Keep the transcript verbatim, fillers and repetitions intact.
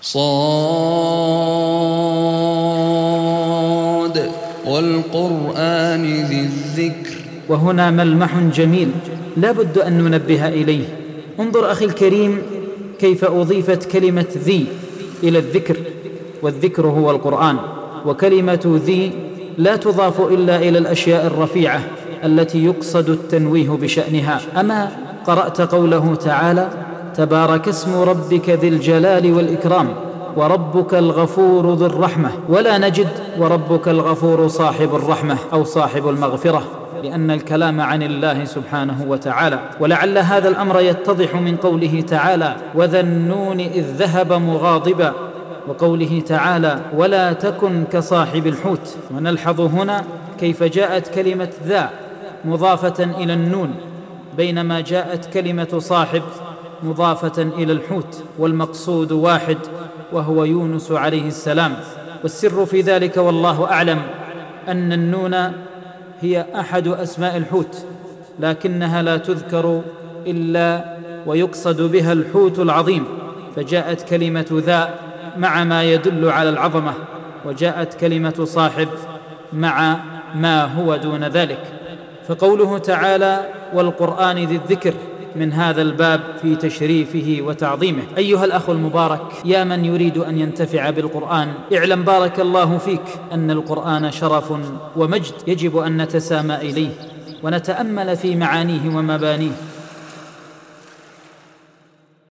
صاد والقرآن ذي الذكر. وهنا ملمح جميل لا بد أن ننبه إليه. انظر أخي الكريم كيف أضيفت كلمة ذي إلى الذكر، والذكر هو القرآن، وكلمة ذي لا تضاف إلا إلى الأشياء الرفيعة التي يقصد التنويه بشأنها. أما قرأت قوله تعالى: تبارك اسم ربك ذي الجلال والإكرام وربك الغفور ذو الرحمة، ولا نجد وربك الغفور صاحب الرحمة أو صاحب المغفرة، لأن الكلام عن الله سبحانه وتعالى. ولعل هذا الأمر يتضح من قوله تعالى: وذا النون إذ ذهب مغاضبا، وقوله تعالى: ولا تكن كصاحب الحوت. ونلحظ هنا كيف جاءت كلمة ذا مضافة إلى النون، بينما جاءت كلمة صاحب مضافة إلى الحوت، والمقصود واحد وهو يونس عليه السلام. والسر في ذلك والله أعلم أن النون هي أحد أسماء الحوت، لكنها لا تذكر إلا ويقصد بها الحوت العظيم، فجاءت كلمة ذا مع ما يدل على العظمة، وجاءت كلمة صاحب مع ما هو دون ذلك. فقوله تعالى: والقرآن ذي الذكر من هذا الباب في تشريفه وتعظيمه. أيها الأخ المبارك، يا من يريد أن ينتفع بالقرآن، اعلم بارك الله فيك أن القرآن شرف ومجد يجب أن نتسامى إليه ونتأمل في معانيه ومبانيه،